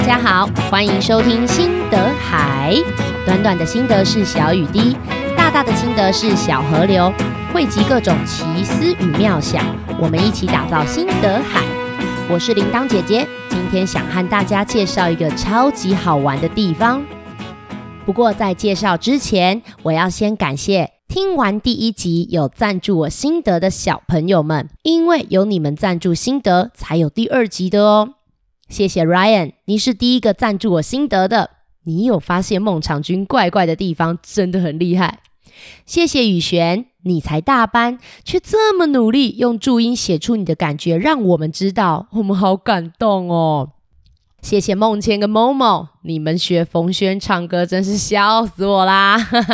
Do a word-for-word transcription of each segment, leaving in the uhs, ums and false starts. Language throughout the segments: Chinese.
家好，欢迎收听心得海。短短的心得是小雨滴，大大的心得是小河流，汇集各种奇思与妙想，我们一起打造心得海。我是铃铛姐姐，今天想和大家介绍一个超级好玩的地方。不过在介绍之前，我要先感谢听完第一集有赞助我心得的小朋友们，因为有你们赞助心得，才有第二集的哦。谢谢 Ryan， 你是第一个赞助我心得的，你有发现孟尝君怪怪的地方，真的很厉害。谢谢宇璇，你才大班，却这么努力用注音写出你的感觉，让我们知道，我们好感动哦。谢谢梦倩跟 Momo， 你们学冯轩唱歌真是笑死我啦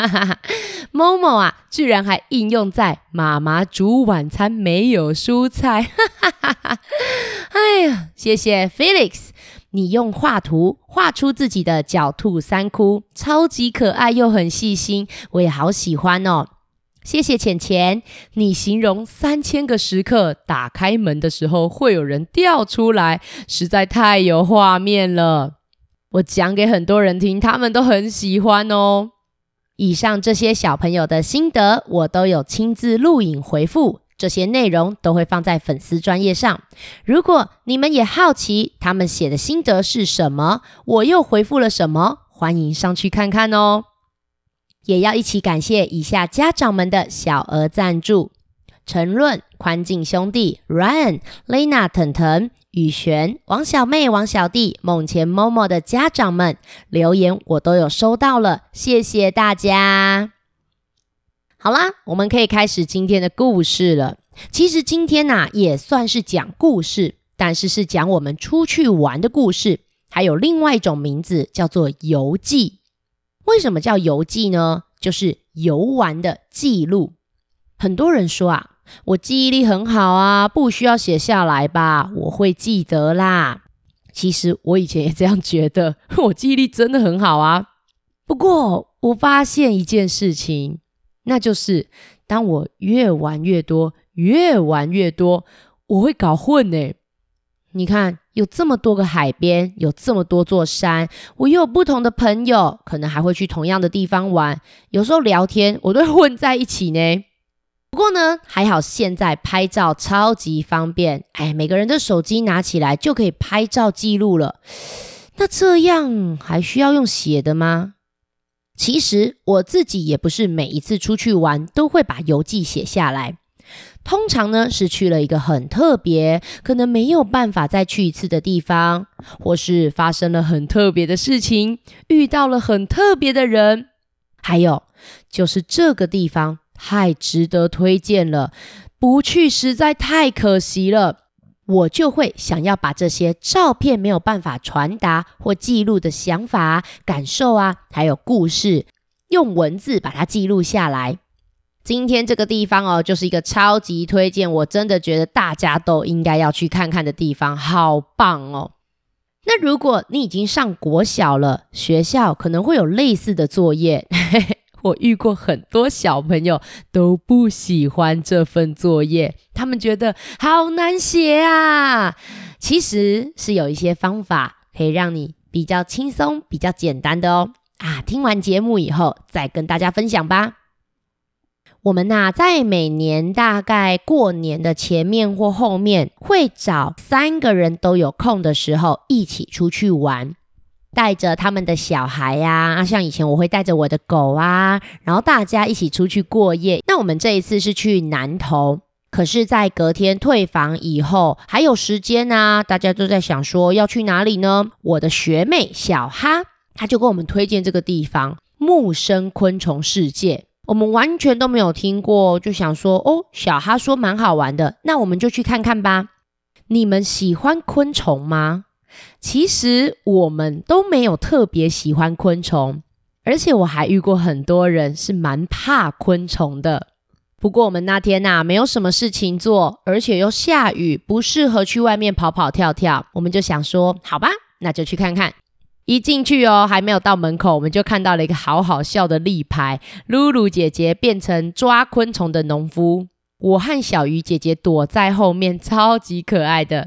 Momo 啊，居然还应用在妈妈煮晚餐没有蔬菜哎呀，谢谢 Felix， 你用画图画出自己的狡兔三窟，超级可爱又很细心，我也好喜欢哦。谢谢浅浅，你形容三千个食客打开门的时候会有人掉出来，实在太有画面了。我讲给很多人听，他们都很喜欢哦。以上这些小朋友的心得，我都有亲自录影回复，这些内容都会放在粉丝专页上。如果你们也好奇他们写的心得是什么，我又回复了什么，欢迎上去看看哦。也要一起感谢以下家长们的小额赞助：陈润、宽进兄弟、Ryan、Lena、腾腾、宇璇、王小妹、王小弟、梦前 Momo 的家长们，留言我都有收到了，谢谢大家。好啦，我们可以开始今天的故事了。其实今天啊，也算是讲故事，但是是讲我们出去玩的故事，还有另外一种名字叫做游记。为什么叫游记呢？就是游玩的记录。很多人说啊，我记忆力很好啊，不需要写下来吧，我会记得啦。其实我以前也这样觉得，我记忆力真的很好啊。不过我发现一件事情，那就是当我越玩越多，越玩越多，我会搞混耶。你看，有这么多个海边，有这么多座山，我又有不同的朋友，可能还会去同样的地方玩，有时候聊天我都会混在一起呢。不过呢，还好现在拍照超级方便，哎，每个人的手机拿起来就可以拍照记录了。那这样还需要用写的吗？其实我自己也不是每一次出去玩都会把游记写下来，通常呢是去了一个很特别，可能没有办法再去一次的地方，或是发生了很特别的事情，遇到了很特别的人，还有就是这个地方太值得推荐了，不去实在太可惜了，我就会想要把这些照片没有办法传达或记录的想法、感受啊，还有故事，用文字把它记录下来。今天这个地方哦，就是一个超级推荐，我真的觉得大家都应该要去看看的地方，好棒哦。那如果你已经上国小了，学校可能会有类似的作业我遇过很多小朋友都不喜欢这份作业，他们觉得好难写啊。其实是有一些方法可以让你比较轻松、比较简单的哦。啊，听完节目以后再跟大家分享吧。我们啊，在每年大概过年的前面或后面，会找三个人都有空的时候一起出去玩，带着他们的小孩啊，像以前我会带着我的狗啊，然后大家一起出去过夜。那我们这一次是去南投，可是在隔天退房以后还有时间啊，大家都在想说要去哪里呢？我的学妹小哈，她就跟我们推荐这个地方木生昆虫世界，我们完全都没有听过，就想说哦，小哈说蛮好玩的，那我们就去看看吧。你们喜欢昆虫吗？其实我们都没有特别喜欢昆虫，而且我还遇过很多人是蛮怕昆虫的。不过我们那天啊，没有什么事情做，而且又下雨，不适合去外面跑跑跳跳，我们就想说好吧，那就去看看。一进去哦，还没有到门口，我们就看到了一个好好笑的立牌，露露姐姐变成抓昆虫的农夫，我和小鱼姐姐躲在后面，超级可爱的。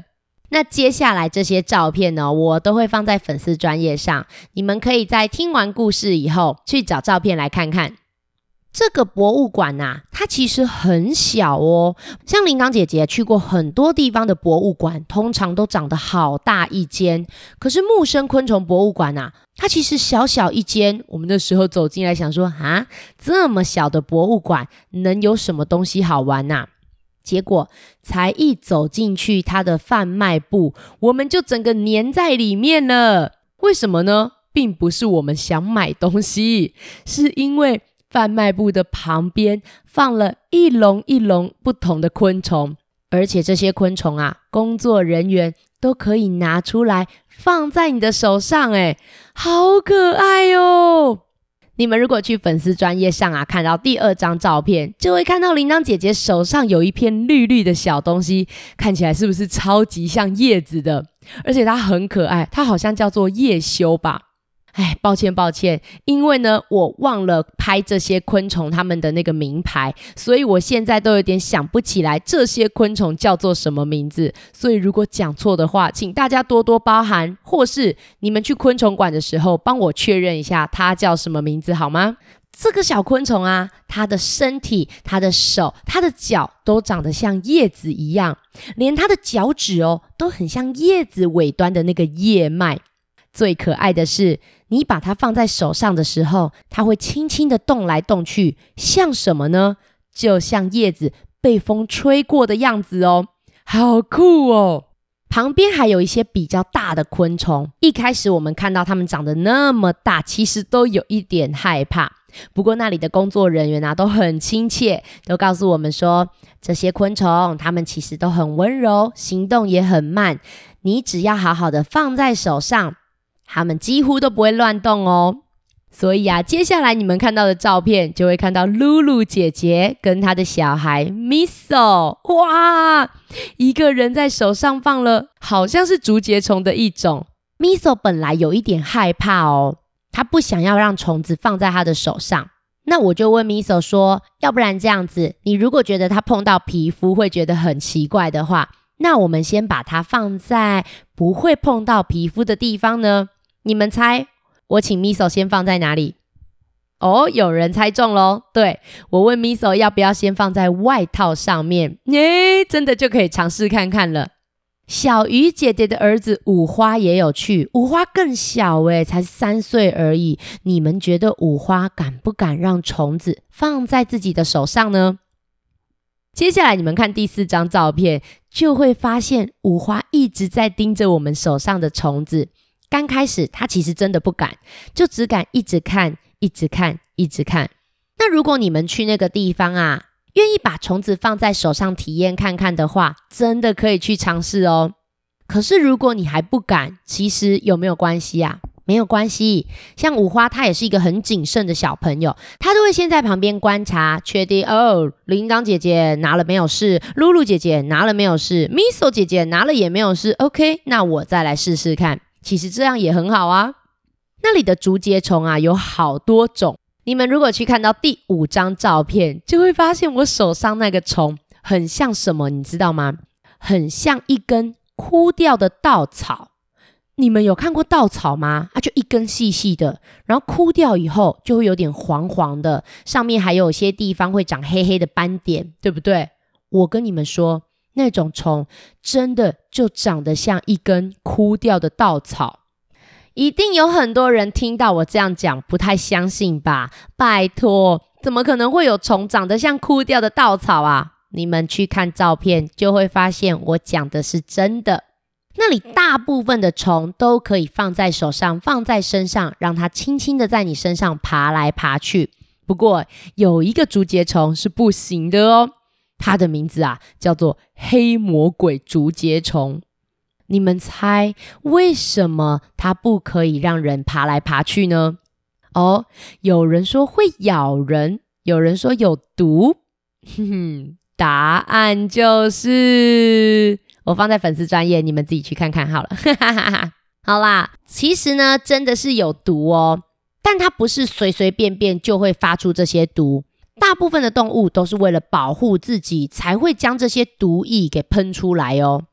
那接下来这些照片呢，我都会放在粉丝专页上，你们可以在听完故事以后去找照片来看看。这个博物馆啊，它其实很小哦，像铃铛姐姐去过很多地方的博物馆，通常都长得好大一间，可是木生昆虫博物馆啊，它其实小小一间。我们那时候走进来想说啊，这么小的博物馆能有什么东西好玩啊？结果才一走进去它的贩卖部，我们就整个黏在里面了。为什么呢？并不是我们想买东西，是因为贩卖部的旁边放了一笼一笼不同的昆虫，而且这些昆虫啊，工作人员都可以拿出来放在你的手上，诶，好可爱哦！你们如果去粉丝专页上啊，看到第二张照片，就会看到铃铛姐姐手上有一片绿绿的小东西，看起来是不是超级像叶子的？而且它很可爱，它好像叫做叶修吧。哎，抱歉抱歉，因为呢我忘了拍这些昆虫它们的那个名牌，所以我现在都有点想不起来这些昆虫叫做什么名字，所以如果讲错的话，请大家多多包涵，或是你们去昆虫馆的时候帮我确认一下它叫什么名字好吗？这个小昆虫啊，它的身体、它的手、它的脚都长得像叶子一样，连它的脚趾哦都很像叶子尾端的那个叶脉。最可爱的是，你把它放在手上的时候，它会轻轻的动来动去，像什么呢？就像叶子被风吹过的样子哦，好酷哦！旁边还有一些比较大的昆虫，一开始我们看到它们长得那么大，其实都有一点害怕。不过那里的工作人员啊都很亲切，都告诉我们说，这些昆虫它们其实都很温柔，行动也很慢，你只要好好的放在手上，它们几乎都不会乱动哦。所以啊，接下来你们看到的照片就会看到露露姐姐跟她的小孩 Miso， 哇，一个人在手上放了好像是竹节虫的一种。Miso 本来有一点害怕哦，他不想要让虫子放在他的手上。那我就问 Miso 说，要不然这样子，你如果觉得它碰到皮肤会觉得很奇怪的话，那我们先把它放在不会碰到皮肤的地方呢？你们猜，我请 Miso 先放在哪里？哦，有人猜中咯。对，我问 Miso 要不要先放在外套上面，耶，真的就可以尝试看看了。小鱼姐姐的儿子五花也有去，五花更小耶，才三岁而已。你们觉得五花敢不敢让虫子放在自己的手上呢？接下来你们看第四张照片，就会发现五花一直在盯着我们手上的虫子。刚开始他其实真的不敢，就只敢一直看一直看一直看。那如果你们去那个地方啊，愿意把虫子放在手上体验看看的话，真的可以去尝试哦。可是如果你还不敢，其实有没有关系啊？没有关系，像五花他也是一个很谨慎的小朋友，他都会先在旁边观察，确定哦，铃铛姐姐拿了没有事，露露姐姐拿了没有事， Miso 姐姐拿了也没有事， OK， 那我再来试试看。其实这样也很好啊。那里的竹节虫啊有好多种，你们如果去看到第五张照片，就会发现我手上那个虫很像什么，你知道吗？很像一根枯掉的稻草。你们有看过稻草吗？啊，就一根细细的，然后枯掉以后就会有点黄黄的，上面还有些地方会长黑黑的斑点，对不对？我跟你们说，那种虫真的就长得像一根枯掉的稻草。一定有很多人听到我这样讲不太相信吧？拜托，怎么可能会有虫长得像枯掉的稻草啊？你们去看照片就会发现我讲的是真的。那里大部分的虫都可以放在手上，放在身上，让它轻轻的在你身上爬来爬去。不过有一个竹节虫是不行的哦，它的名字啊叫做黑魔鬼竹节虫。你们猜为什么它不可以让人爬来爬去呢？哦，有人说会咬人，有人说有毒。哼哼，答案就是我放在粉丝专页，你们自己去看看好了。好啦，其实呢真的是有毒哦，但它不是随随便便就会发出这些毒。大部分的动物都是为了保护自己才会将这些毒液给喷出来哦。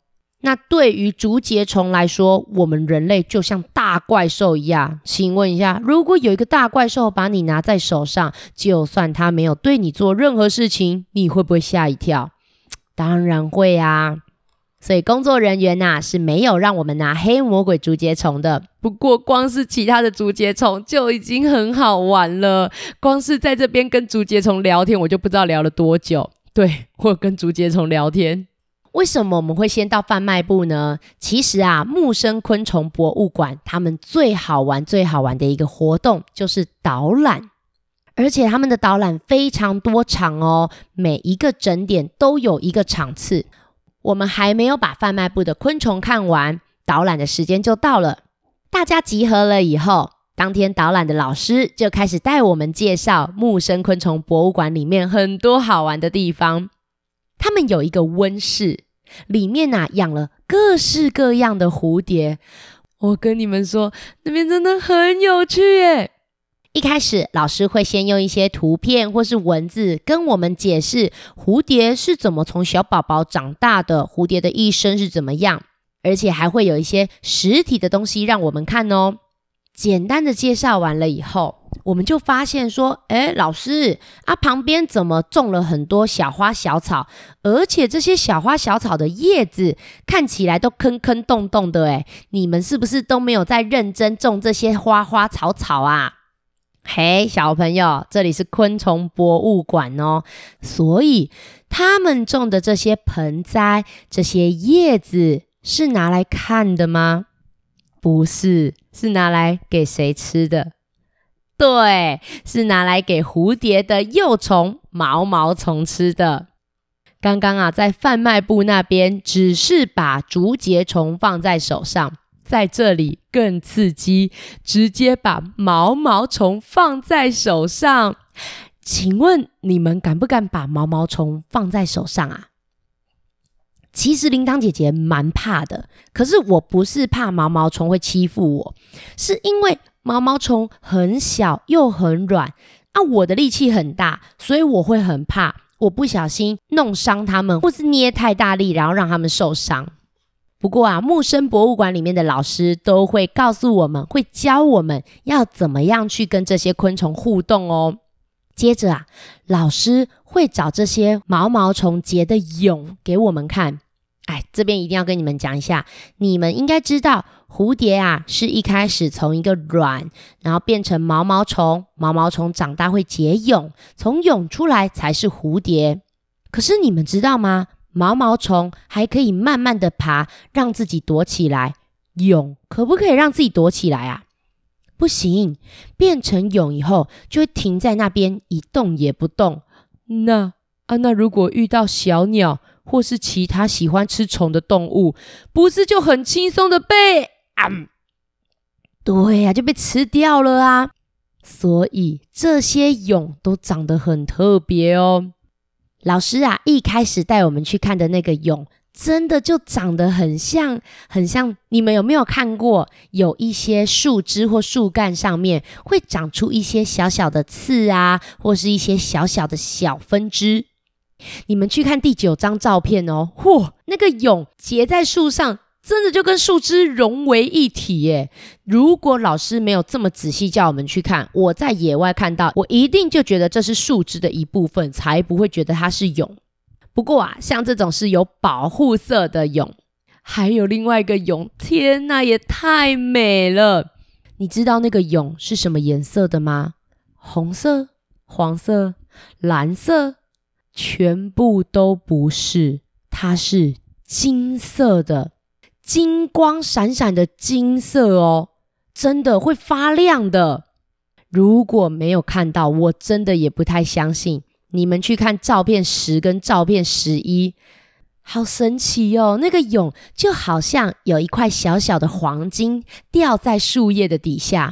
那对于竹节虫来说，我们人类就像大怪兽一样。请问一下，如果有一个大怪兽把你拿在手上，就算他没有对你做任何事情，你会不会吓一跳？当然会啊。所以工作人员啊是没有让我们拿黑魔鬼竹节虫的。不过光是其他的竹节虫就已经很好玩了，光是在这边跟竹节虫聊天，我就不知道聊了多久。对，我跟竹节虫聊天。为什么我们会先到贩卖部呢？其实啊，木生昆虫博物馆他们最好玩最好玩的一个活动就是导览，而且他们的导览非常多场哦，每一个整点都有一个场次。我们还没有把贩卖部的昆虫看完，导览的时间就到了。大家集合了以后，当天导览的老师就开始带我们介绍木生昆虫博物馆里面很多好玩的地方。他们有一个温室，里面啊养了各式各样的蝴蝶。我跟你们说，那边真的很有趣耶。一开始老师会先用一些图片或是文字跟我们解释蝴蝶是怎么从小宝宝长大的，蝴蝶的一生是怎么样，而且还会有一些实体的东西让我们看哦。简单的介绍完了以后，我们就发现说，诶，老师啊，旁边怎么种了很多小花小草，而且这些小花小草的叶子看起来都坑坑洞洞的，诶，你们是不是都没有在认真种这些花花草草啊？嘿，小朋友，这里是昆虫博物馆哦，所以他们种的这些盆栽，这些叶子是拿来看的吗？不是，是拿来给谁吃的？对，是拿来给蝴蝶的幼虫毛毛虫吃的。刚刚啊，在贩卖部那边只是把竹节虫放在手上，在这里更刺激，直接把毛毛虫放在手上。请问你们敢不敢把毛毛虫放在手上啊？其实铃铛姐姐蛮怕的，可是我不是怕毛毛虫会欺负我，是因为毛毛虫很小又很软啊，我的力气很大，所以我会很怕，我不小心弄伤它们，或是捏太大力，然后让它们受伤。不过啊，木生博物馆里面的老师都会告诉我们，会教我们要怎么样去跟这些昆虫互动哦。接着啊，老师会找这些毛毛虫结的蛹给我们看。哎，这边一定要跟你们讲一下，你们应该知道蝴蝶啊是一开始从一个卵，然后变成毛毛虫，毛毛虫长大会结蛹，从蛹出来才是蝴蝶。可是你们知道吗？毛毛虫还可以慢慢的爬，让自己躲起来。蛹可不可以让自己躲起来啊？不行，变成蛹以后就会停在那边一动也不动。那啊，那如果遇到小鸟或是其他喜欢吃虫的动物，不是就很轻松的被啊？对呀、啊，就被吃掉了啊。所以这些蛹都长得很特别哦。老师啊，一开始带我们去看的那个蛹，真的就长得很像，很像。你们有没有看过，有一些树枝或树干上面会长出一些小小的刺啊，或是一些小小的小分支？你们去看第九张照片哦，嚯，那个蛹结在树上，真的就跟树枝融为一体耶。如果老师没有这么仔细叫我们去看，我在野外看到，我一定就觉得这是树枝的一部分，才不会觉得它是蛹。不过啊，像这种是有保护色的蛹，还有另外一个蛹，天哪，也太美了。你知道那个蛹是什么颜色的吗？红色、黄色、蓝色？全部都不是，它是金色的，金光闪闪的金色哦，真的会发亮的。如果没有看到，我真的也不太相信。你们去看照片十跟照片十一，好神奇哦！那个蛹就好像有一块小小的黄金掉在树叶的底下。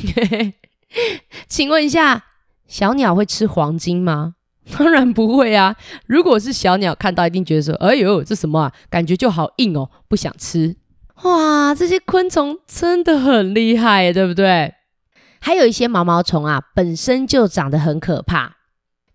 请问一下，小鸟会吃黄金吗？当然不会啊！如果是小鸟看到，一定觉得说：“哎呦，这什么啊？感觉就好硬哦，不想吃。”哇，这些昆虫真的很厉害耶，对不对？还有一些毛毛虫啊，本身就长得很可怕。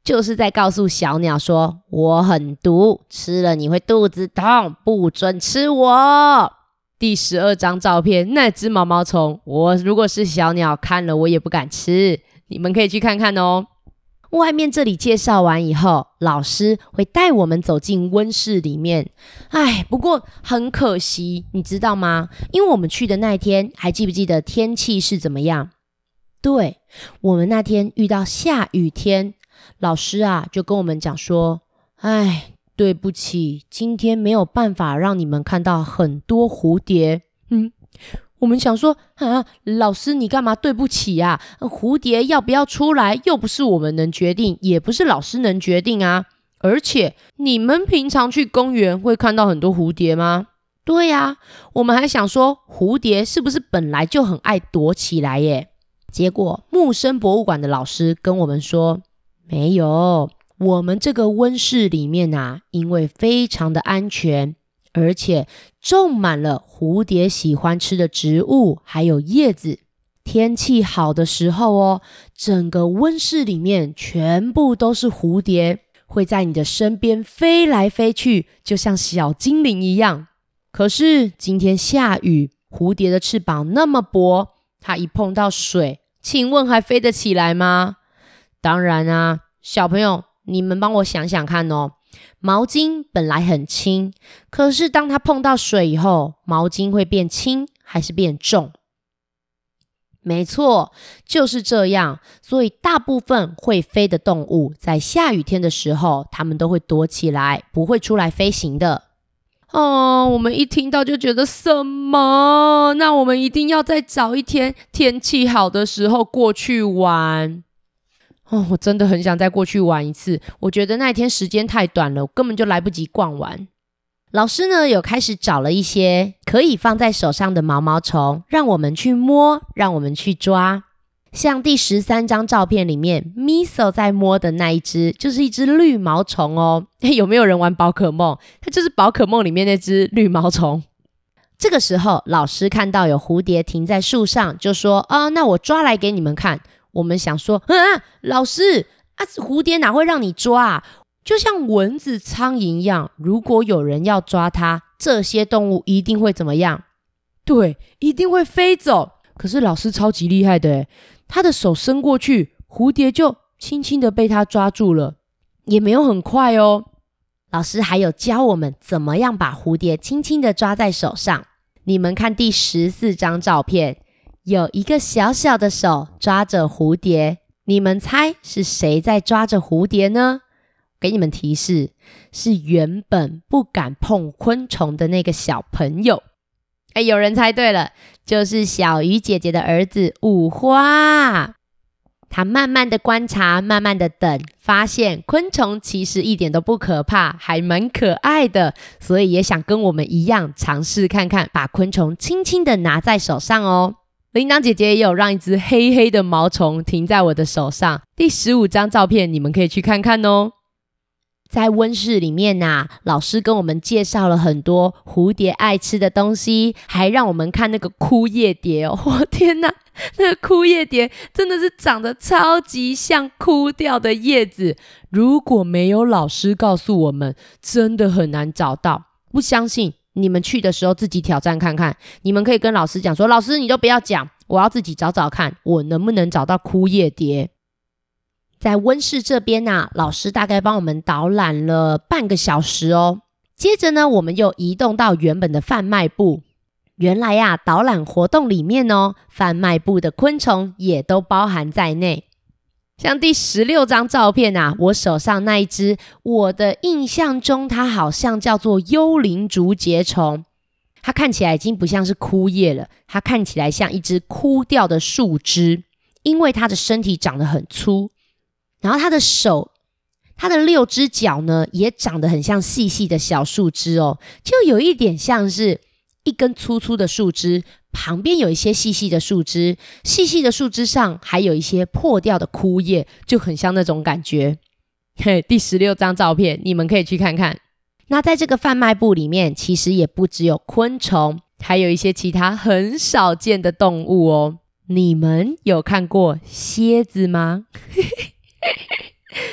就是在告诉小鸟说，我很毒，吃了你会肚子痛，不准吃我。第十二张照片，那只毛毛虫，我如果是小鸟看了我也不敢吃，你们可以去看看哦。外面这里介绍完以后，老师会带我们走进温室里面。哎，不过很可惜，你知道吗？因为我们去的那天，还记不记得天气是怎么样？对，我们那天遇到下雨天，老师啊就跟我们讲说，哎，对不起，今天没有办法让你们看到很多蝴蝶。嗯，我们想说啊，老师你干嘛对不起啊？蝴蝶要不要出来又不是我们能决定，也不是老师能决定啊。而且你们平常去公园会看到很多蝴蝶吗？对啊，我们还想说蝴蝶是不是本来就很爱躲起来耶？结果木生博物馆的老师跟我们说，没有，我们这个温室里面啊，因为非常的安全，而且种满了蝴蝶喜欢吃的植物还有叶子，天气好的时候哦，整个温室里面全部都是蝴蝶，会在你的身边飞来飞去，就像小精灵一样。可是今天下雨，蝴蝶的翅膀那么薄，它一碰到水，请问还飞得起来吗？当然啊，小朋友，你们帮我想想看哦。毛巾本来很轻，可是当它碰到水以后，毛巾会变轻还是变重？没错，就是这样。所以大部分会飞的动物，在下雨天的时候，它们都会躲起来，不会出来飞行的。哦，我们一听到就觉得什么？那我们一定要再找一天天气好的时候过去玩。哦，我真的很想再过去玩一次，我觉得那一天时间太短了，我根本就来不及逛完。老师呢，有开始找了一些可以放在手上的毛毛虫，让我们去摸，让我们去抓。像第十三张照片里面 Miso 在摸的那一只，就是一只绿毛虫哦。有没有人玩宝可梦？它就是宝可梦里面那只绿毛虫。这个时候老师看到有蝴蝶停在树上，就说啊，那我抓来给你们看。我们想说啊，老师啊，蝴蝶哪会让你抓啊？就像蚊子苍蝇一样，如果有人要抓它，这些动物一定会怎么样？对，一定会飞走。可是老师超级厉害的耶，他的手伸过去，蝴蝶就轻轻的被他抓住了，也没有很快哦。老师还有教我们怎么样把蝴蝶轻轻的抓在手上。你们看第十四张照片，有一个小小的手抓着蝴蝶，你们猜是谁在抓着蝴蝶呢？给你们提示，是原本不敢碰昆虫的那个小朋友。哎，有人猜对了，就是小鱼姐姐的儿子五花。他慢慢的观察，慢慢的等，发现昆虫其实一点都不可怕，还蛮可爱的，所以也想跟我们一样尝试看看，把昆虫轻轻的拿在手上哦。铃铛姐姐也有让一只黑黑的毛虫停在我的手上，第十五张照片你们可以去看看哦。在温室里面啊，老师跟我们介绍了很多蝴蝶爱吃的东西，还让我们看那个枯叶蝶哦。我天哪，那个枯叶蝶真的是长得超级像枯掉的叶子，如果没有老师告诉我们，真的很难找到。不相信你们去的时候自己挑战看看，你们可以跟老师讲说，老师你都不要讲，我要自己找找看，我能不能找到枯叶蝶。在温室这边啊，老师大概帮我们导览了半个小时哦。接着呢，我们又移动到原本的贩卖部。原来啊，导览活动里面哦，贩卖部的昆虫也都包含在内。像第十六张照片啊，我手上那一只，我的印象中它好像叫做幽灵竹节虫。它看起来已经不像是枯叶了，它看起来像一只枯掉的树枝，因为它的身体长得很粗。然后它的手，它的六只脚呢，也长得很像细细的小树枝哦，就有一点像是一根粗粗的树枝，旁边有一些细细的树枝，细细的树枝上还有一些破掉的枯叶，就很像那种感觉。嘿，第十六张照片，你们可以去看看。那在这个贩卖部里面，其实也不只有昆虫，还有一些其他很少见的动物哦。你们有看过蝎子吗？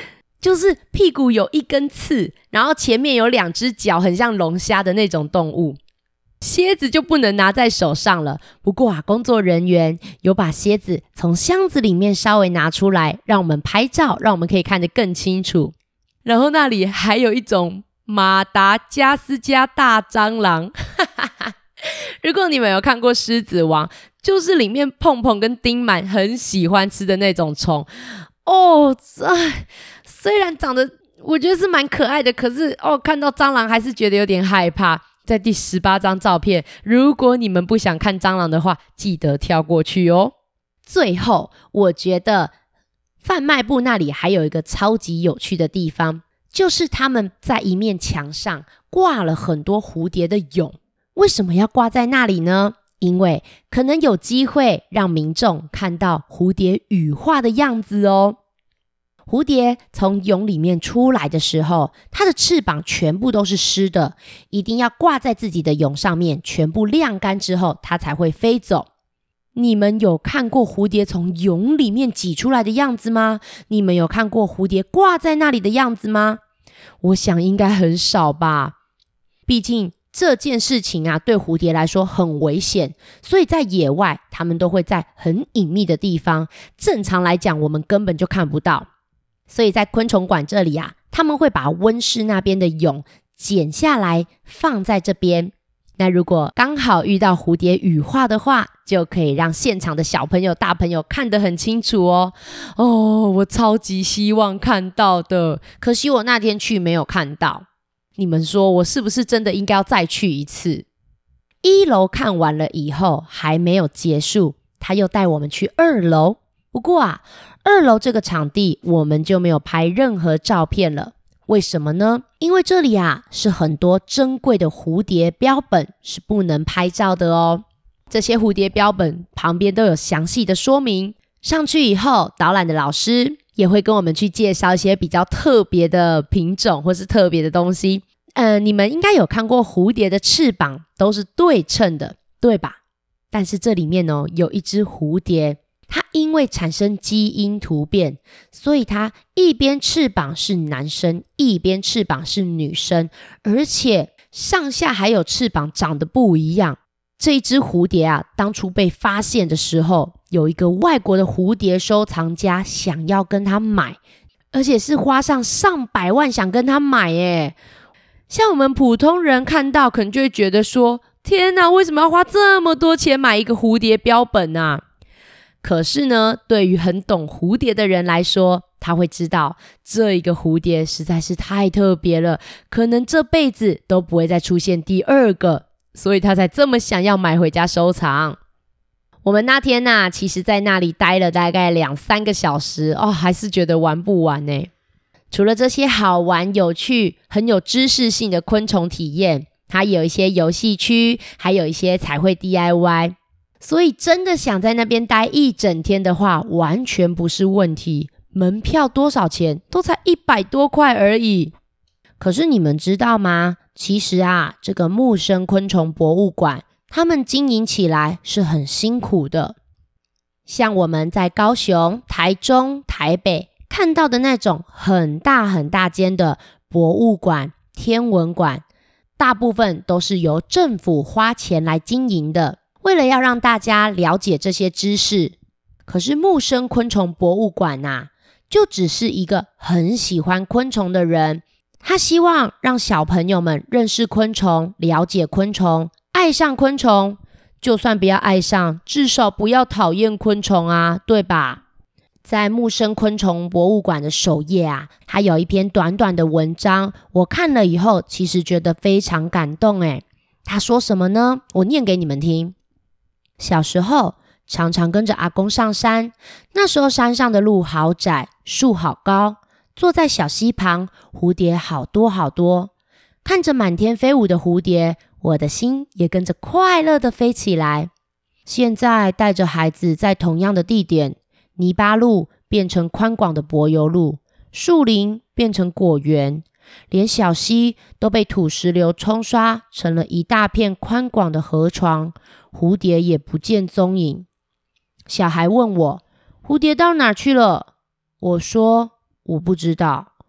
就是屁股有一根刺，然后前面有两只脚，很像龙虾的那种动物。蝎子就不能拿在手上了，不过啊，工作人员有把蝎子从箱子里面稍微拿出来，让我们拍照，让我们可以看得更清楚。然后那里还有一种马达加斯加大蟑螂如果你们有看过狮子王，就是里面碰碰跟丁满很喜欢吃的那种虫哦。虽然长得我觉得是蛮可爱的，可是哦，看到蟑螂还是觉得有点害怕。在第十八张照片，如果你们不想看蟑螂的话，记得跳过去哦。最后，我觉得贩卖部那里还有一个超级有趣的地方，就是他们在一面墙上挂了很多蝴蝶的蛹。为什么要挂在那里呢？因为可能有机会让民众看到蝴蝶羽化的样子哦。蝴蝶从蛹里面出来的时候，它的翅膀全部都是湿的，一定要挂在自己的蛹上面，全部晾干之后，它才会飞走。你们有看过蝴蝶从蛹里面挤出来的样子吗？你们有看过蝴蝶挂在那里的样子吗？我想应该很少吧。毕竟这件事情啊，对蝴蝶来说很危险，所以在野外，它们都会在很隐秘的地方，正常来讲，我们根本就看不到。所以在昆虫馆这里啊，他们会把温室那边的蛹剪下来放在这边。那如果刚好遇到蝴蝶羽化的话，就可以让现场的小朋友大朋友看得很清楚哦。哦，我超级希望看到的，可惜我那天去没有看到。你们说我是不是真的应该要再去一次？一楼看完了以后还没有结束，他又带我们去二楼。不过啊，二楼这个场地我们就没有拍任何照片了。为什么呢？因为这里啊是很多珍贵的蝴蝶标本，是不能拍照的哦。这些蝴蝶标本旁边都有详细的说明，上去以后导览的老师也会跟我们去介绍一些比较特别的品种或是特别的东西。呃，你们应该有看过蝴蝶的翅膀都是对称的，对吧？但是这里面哦有一只蝴蝶，它因为产生基因突变，所以它一边翅膀是男生，一边翅膀是女生，而且上下还有翅膀长得不一样。这一只蝴蝶啊，当初被发现的时候，有一个外国的蝴蝶收藏家想要跟它买，而且是花上上百万想跟它买耶。像我们普通人看到可能就会觉得说，天哪，为什么要花这么多钱买一个蝴蝶标本啊？可是呢，对于很懂蝴蝶的人来说，他会知道这一个蝴蝶实在是太特别了，可能这辈子都不会再出现第二个，所以他才这么想要买回家收藏。我们那天啊，其实在那里待了大概两三个小时哦，还是觉得玩不完呢。除了这些好玩有趣很有知识性的昆虫体验，它有一些游戏区，还有一些彩绘 D I Y， 所以真的想在那边待一整天的话，完全不是问题。门票多少钱？都才一百多块而已。可是你们知道吗？其实啊，这个木生昆虫博物馆，他们经营起来是很辛苦的。像我们在高雄、台中、台北看到的那种很大很大间的博物馆、天文馆，大部分都是由政府花钱来经营的，为了要让大家了解这些知识。可是木生昆虫博物馆啊，就只是一个很喜欢昆虫的人，他希望让小朋友们认识昆虫，了解昆虫，爱上昆虫。就算不要爱上，至少不要讨厌昆虫啊，对吧？在木生昆虫博物馆的首页啊，它有一篇短短的文章，我看了以后其实觉得非常感动诶。他说什么呢？我念给你们听。小时候常常跟着阿公上山，那时候山上的路好窄，树好高，坐在小溪旁，蝴蝶好多好多。看着满天飞舞的蝴蝶，我的心也跟着快乐地飞起来。现在带着孩子在同样的地点，泥巴路变成宽广的柏油路，树林变成果园，连小溪都被土石流冲刷成了一大片宽广的河床，蝴蝶也不见踪影。小孩问我，蝴蝶到哪去了？我说，我不知道。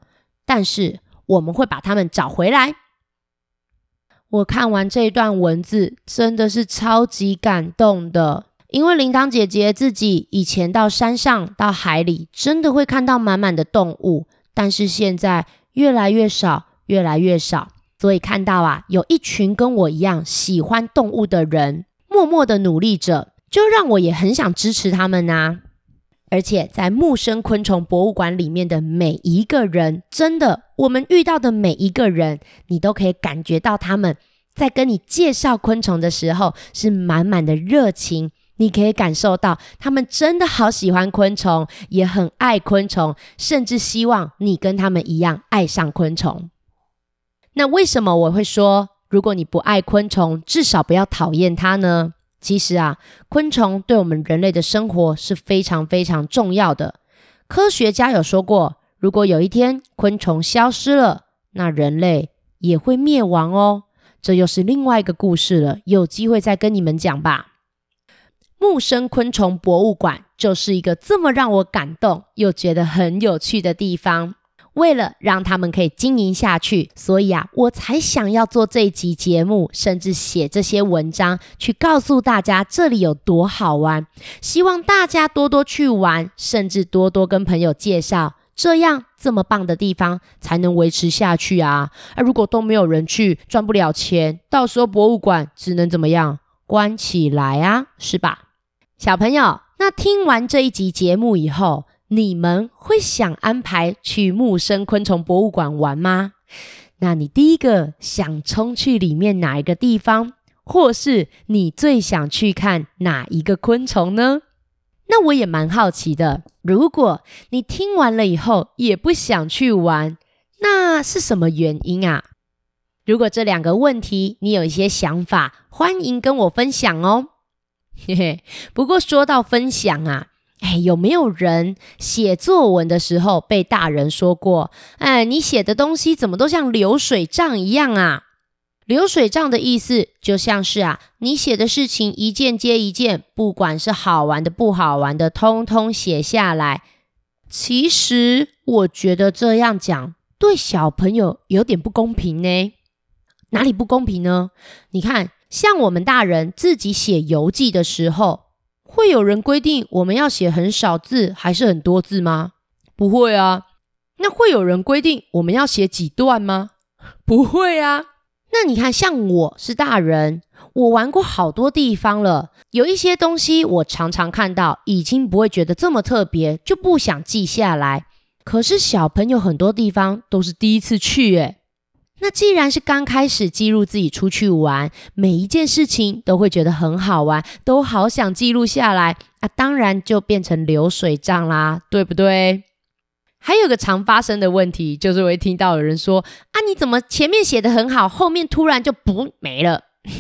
但是我们会把它们找回来。我看完这一段文字真的是超级感动的，因为铃铛姐姐自己以前到山上到海里真的会看到满满的动物，但是现在越来越少越来越少，所以看到啊有一群跟我一样喜欢动物的人默默的努力着，就让我也很想支持他们啊。而且在木生昆虫博物馆里面的每一个人，真的我们遇到的每一个人，你都可以感觉到他们在跟你介绍昆虫的时候是满满的热情，你可以感受到他们真的好喜欢昆虫，也很爱昆虫，甚至希望你跟他们一样爱上昆虫。那为什么我会说如果你不爱昆虫，至少不要讨厌它呢？其实啊，昆虫对我们人类的生活是非常非常重要的。科学家有说过，如果有一天昆虫消失了，那人类也会灭亡哦。这又是另外一个故事了，有机会再跟你们讲吧。木生昆虫博物馆就是一个这么让我感动又觉得很有趣的地方。为了让他们可以经营下去，所以啊，我才想要做这一集节目，甚至写这些文章，去告诉大家这里有多好玩。希望大家多多去玩，甚至多多跟朋友介绍，这样这么棒的地方才能维持下去啊！啊，如果都没有人去，赚不了钱，到时候博物馆只能怎么样？关起来啊，是吧？小朋友，那听完这一集节目以后，你们会想安排去木生昆虫博物馆玩吗？那你第一个想冲去里面哪一个地方，或是你最想去看哪一个昆虫呢？那我也蛮好奇的，如果你听完了以后也不想去玩，那是什么原因啊？如果这两个问题你有一些想法，欢迎跟我分享哦。嘿嘿，不过说到分享啊，哎，有没有人写作文的时候被大人说过，哎，你写的东西怎么都像流水账一样啊？流水账的意思就像是啊，你写的事情一件接一件，不管是好玩的不好玩的，通通写下来。其实我觉得这样讲对小朋友有点不公平呢。哪里不公平呢？你看，像我们大人自己写游记的时候，会有人规定我们要写很少字还是很多字吗？不会啊。那会有人规定我们要写几段吗？不会啊。那你看，像我是大人，我玩过好多地方了，有一些东西我常常看到，已经不会觉得这么特别，就不想记下来。可是小朋友很多地方都是第一次去耶。那既然是刚开始记录自己出去玩，每一件事情都会觉得很好玩，都好想记录下来啊，当然就变成流水账啦，对不对？还有个常发生的问题，就是我会听到有人说啊，你怎么前面写得很好，后面突然就不没了？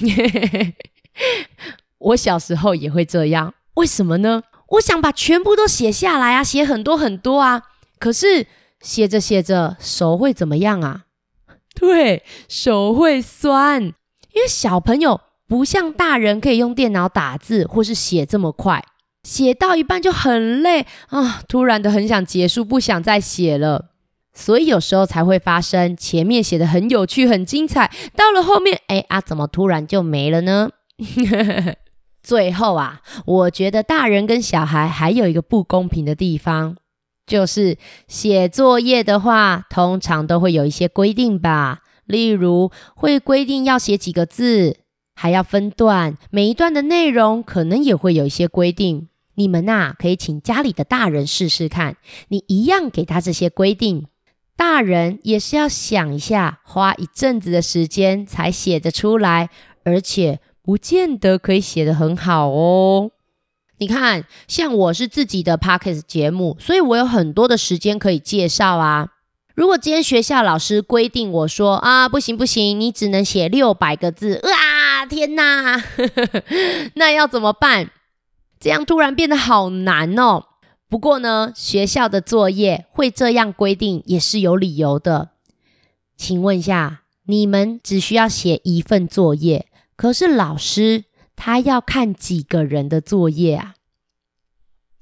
我小时候也会这样，为什么呢？我想把全部都写下来啊，写很多很多啊，可是写着写着手会怎么样啊？对，手会酸，因为小朋友不像大人可以用电脑打字或是写这么快，写到一半就很累啊，突然的很想结束，不想再写了。所以有时候才会发生前面写得很有趣很精彩，到了后面哎啊，怎么突然就没了呢？最后啊，我觉得大人跟小孩还有一个不公平的地方，就是写作业的话通常都会有一些规定吧，例如会规定要写几个字，还要分段，每一段的内容可能也会有一些规定。你们啊，可以请家里的大人试试看，你一样给他这些规定，大人也是要想一下，花一阵子的时间才写得出来，而且不见得可以写得很好哦。你看，像我是自己的 Podcast 节目，所以我有很多的时间可以介绍啊。如果今天学校老师规定我说啊，不行不行，你只能写六百个字，啊，天哪，那要怎么办？这样突然变得好难哦。不过呢，学校的作业会这样规定也是有理由的。请问一下，你们只需要写一份作业，可是老师他要看几个人的作业啊？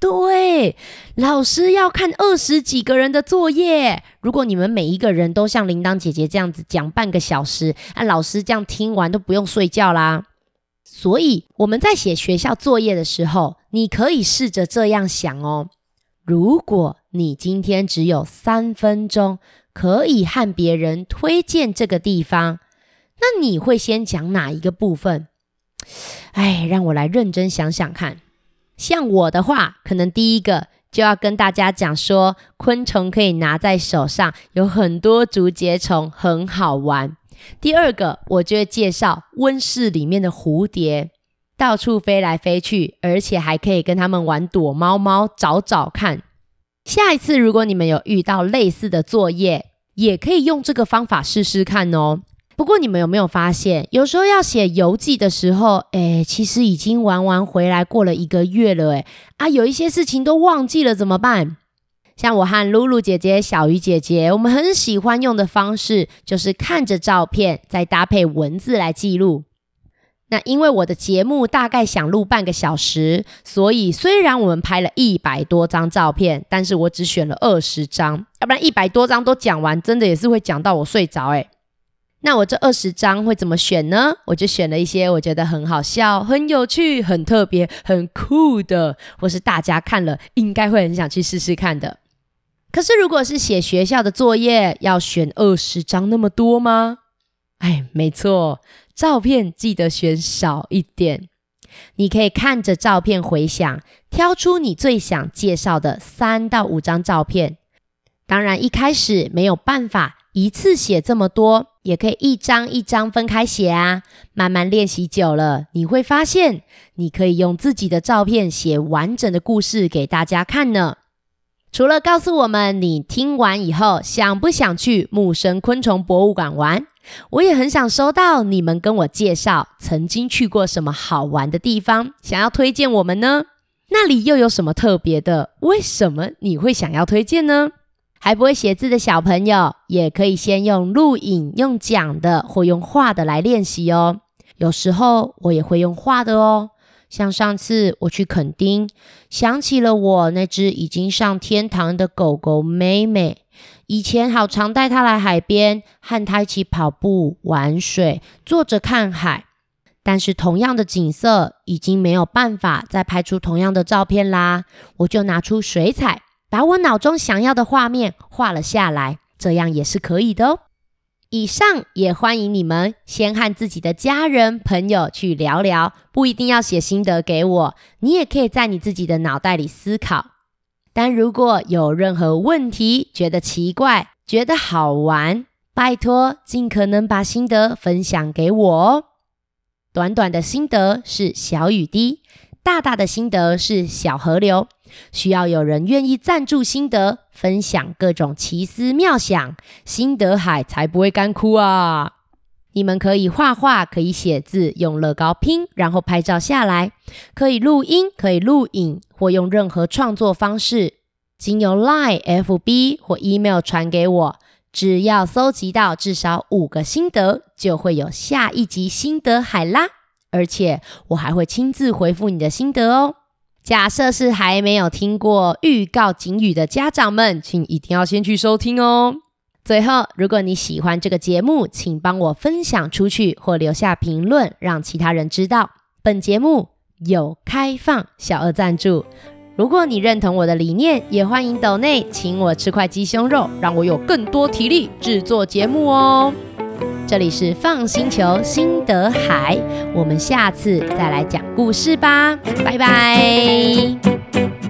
对，老师要看二十几个人的作业，如果你们每一个人都像铃铛姐姐这样子讲半个小时，啊，老师这样听完都不用睡觉啦。所以我们在写学校作业的时候，你可以试着这样想哦，如果你今天只有三分钟可以和别人推荐这个地方，那你会先讲哪一个部分？哎，让我来认真想想看。像我的话，可能第一个就要跟大家讲说，昆虫可以拿在手上，有很多竹节虫，很好玩。第二个，我就会介绍温室里面的蝴蝶，到处飞来飞去，而且还可以跟他们玩躲猫猫，找找看。下一次如果你们有遇到类似的作业，也可以用这个方法试试看哦。不过你们有没有发现，有时候要写游记的时候，诶，其实已经玩完回来过了一个月了，诶，啊，有一些事情都忘记了怎么办？像我和露露姐姐、小鱼姐姐，我们很喜欢用的方式，就是看着照片，再搭配文字来记录。那因为我的节目大概想录半个小时，所以虽然我们拍了一百多张照片，但是我只选了二十张，要不然一百多张都讲完，真的也是会讲到我睡着诶。那我这二十张会怎么选呢？我就选了一些我觉得很好笑、很有趣、很特别、很酷的，或是大家看了应该会很想去试试看的。可是如果是写学校的作业，要选二十张那么多吗？哎，没错，照片记得选少一点。你可以看着照片回想，挑出你最想介绍的三到五张照片。当然一开始没有办法一次写这么多，也可以一张一张分开写啊。慢慢练习久了，你会发现你可以用自己的照片写完整的故事给大家看呢。除了告诉我们你听完以后想不想去木生昆虫博物馆玩，我也很想收到你们跟我介绍曾经去过什么好玩的地方，想要推荐我们呢？那里又有什么特别的？为什么你会想要推荐呢？还不会写字的小朋友，也可以先用录影、用讲的或用画的来练习哦。有时候我也会用画的哦。像上次我去垦丁，想起了我那只已经上天堂的狗狗妹妹，以前好常带它来海边，和它一起跑步、玩水，坐着看海。但是同样的景色，已经没有办法再拍出同样的照片啦，我就拿出水彩，把我脑中想要的画面画了下来，这样也是可以的哦。以上也欢迎你们先和自己的家人朋友去聊聊，不一定要写心得给我，你也可以在你自己的脑袋里思考。但如果有任何问题，觉得奇怪，觉得好玩，拜托尽可能把心得分享给我哦。短短的心得是小雨滴，大大的心得是小河流，需要有人愿意赞助心得，分享各种奇思妙想，心得海才不会干枯啊！你们可以画画，可以写字，用乐高拼，然后拍照下来，可以录音，可以录影，或用任何创作方式，经由 Line、F B 或 email 传给我。只要搜集到至少五个心得，就会有下一集心得海啦！而且我还会亲自回复你的心得哦。假设是还没有听过预告警语的家长们，请一定要先去收听哦。最后，如果你喜欢这个节目，请帮我分享出去或留下评论，让其他人知道。本节目有开放小额赞助，如果你认同我的理念，也欢迎抖内请我吃块鸡胸肉，让我有更多体力制作节目哦。这里是放星球心得海，我们下次再来讲故事吧，拜拜。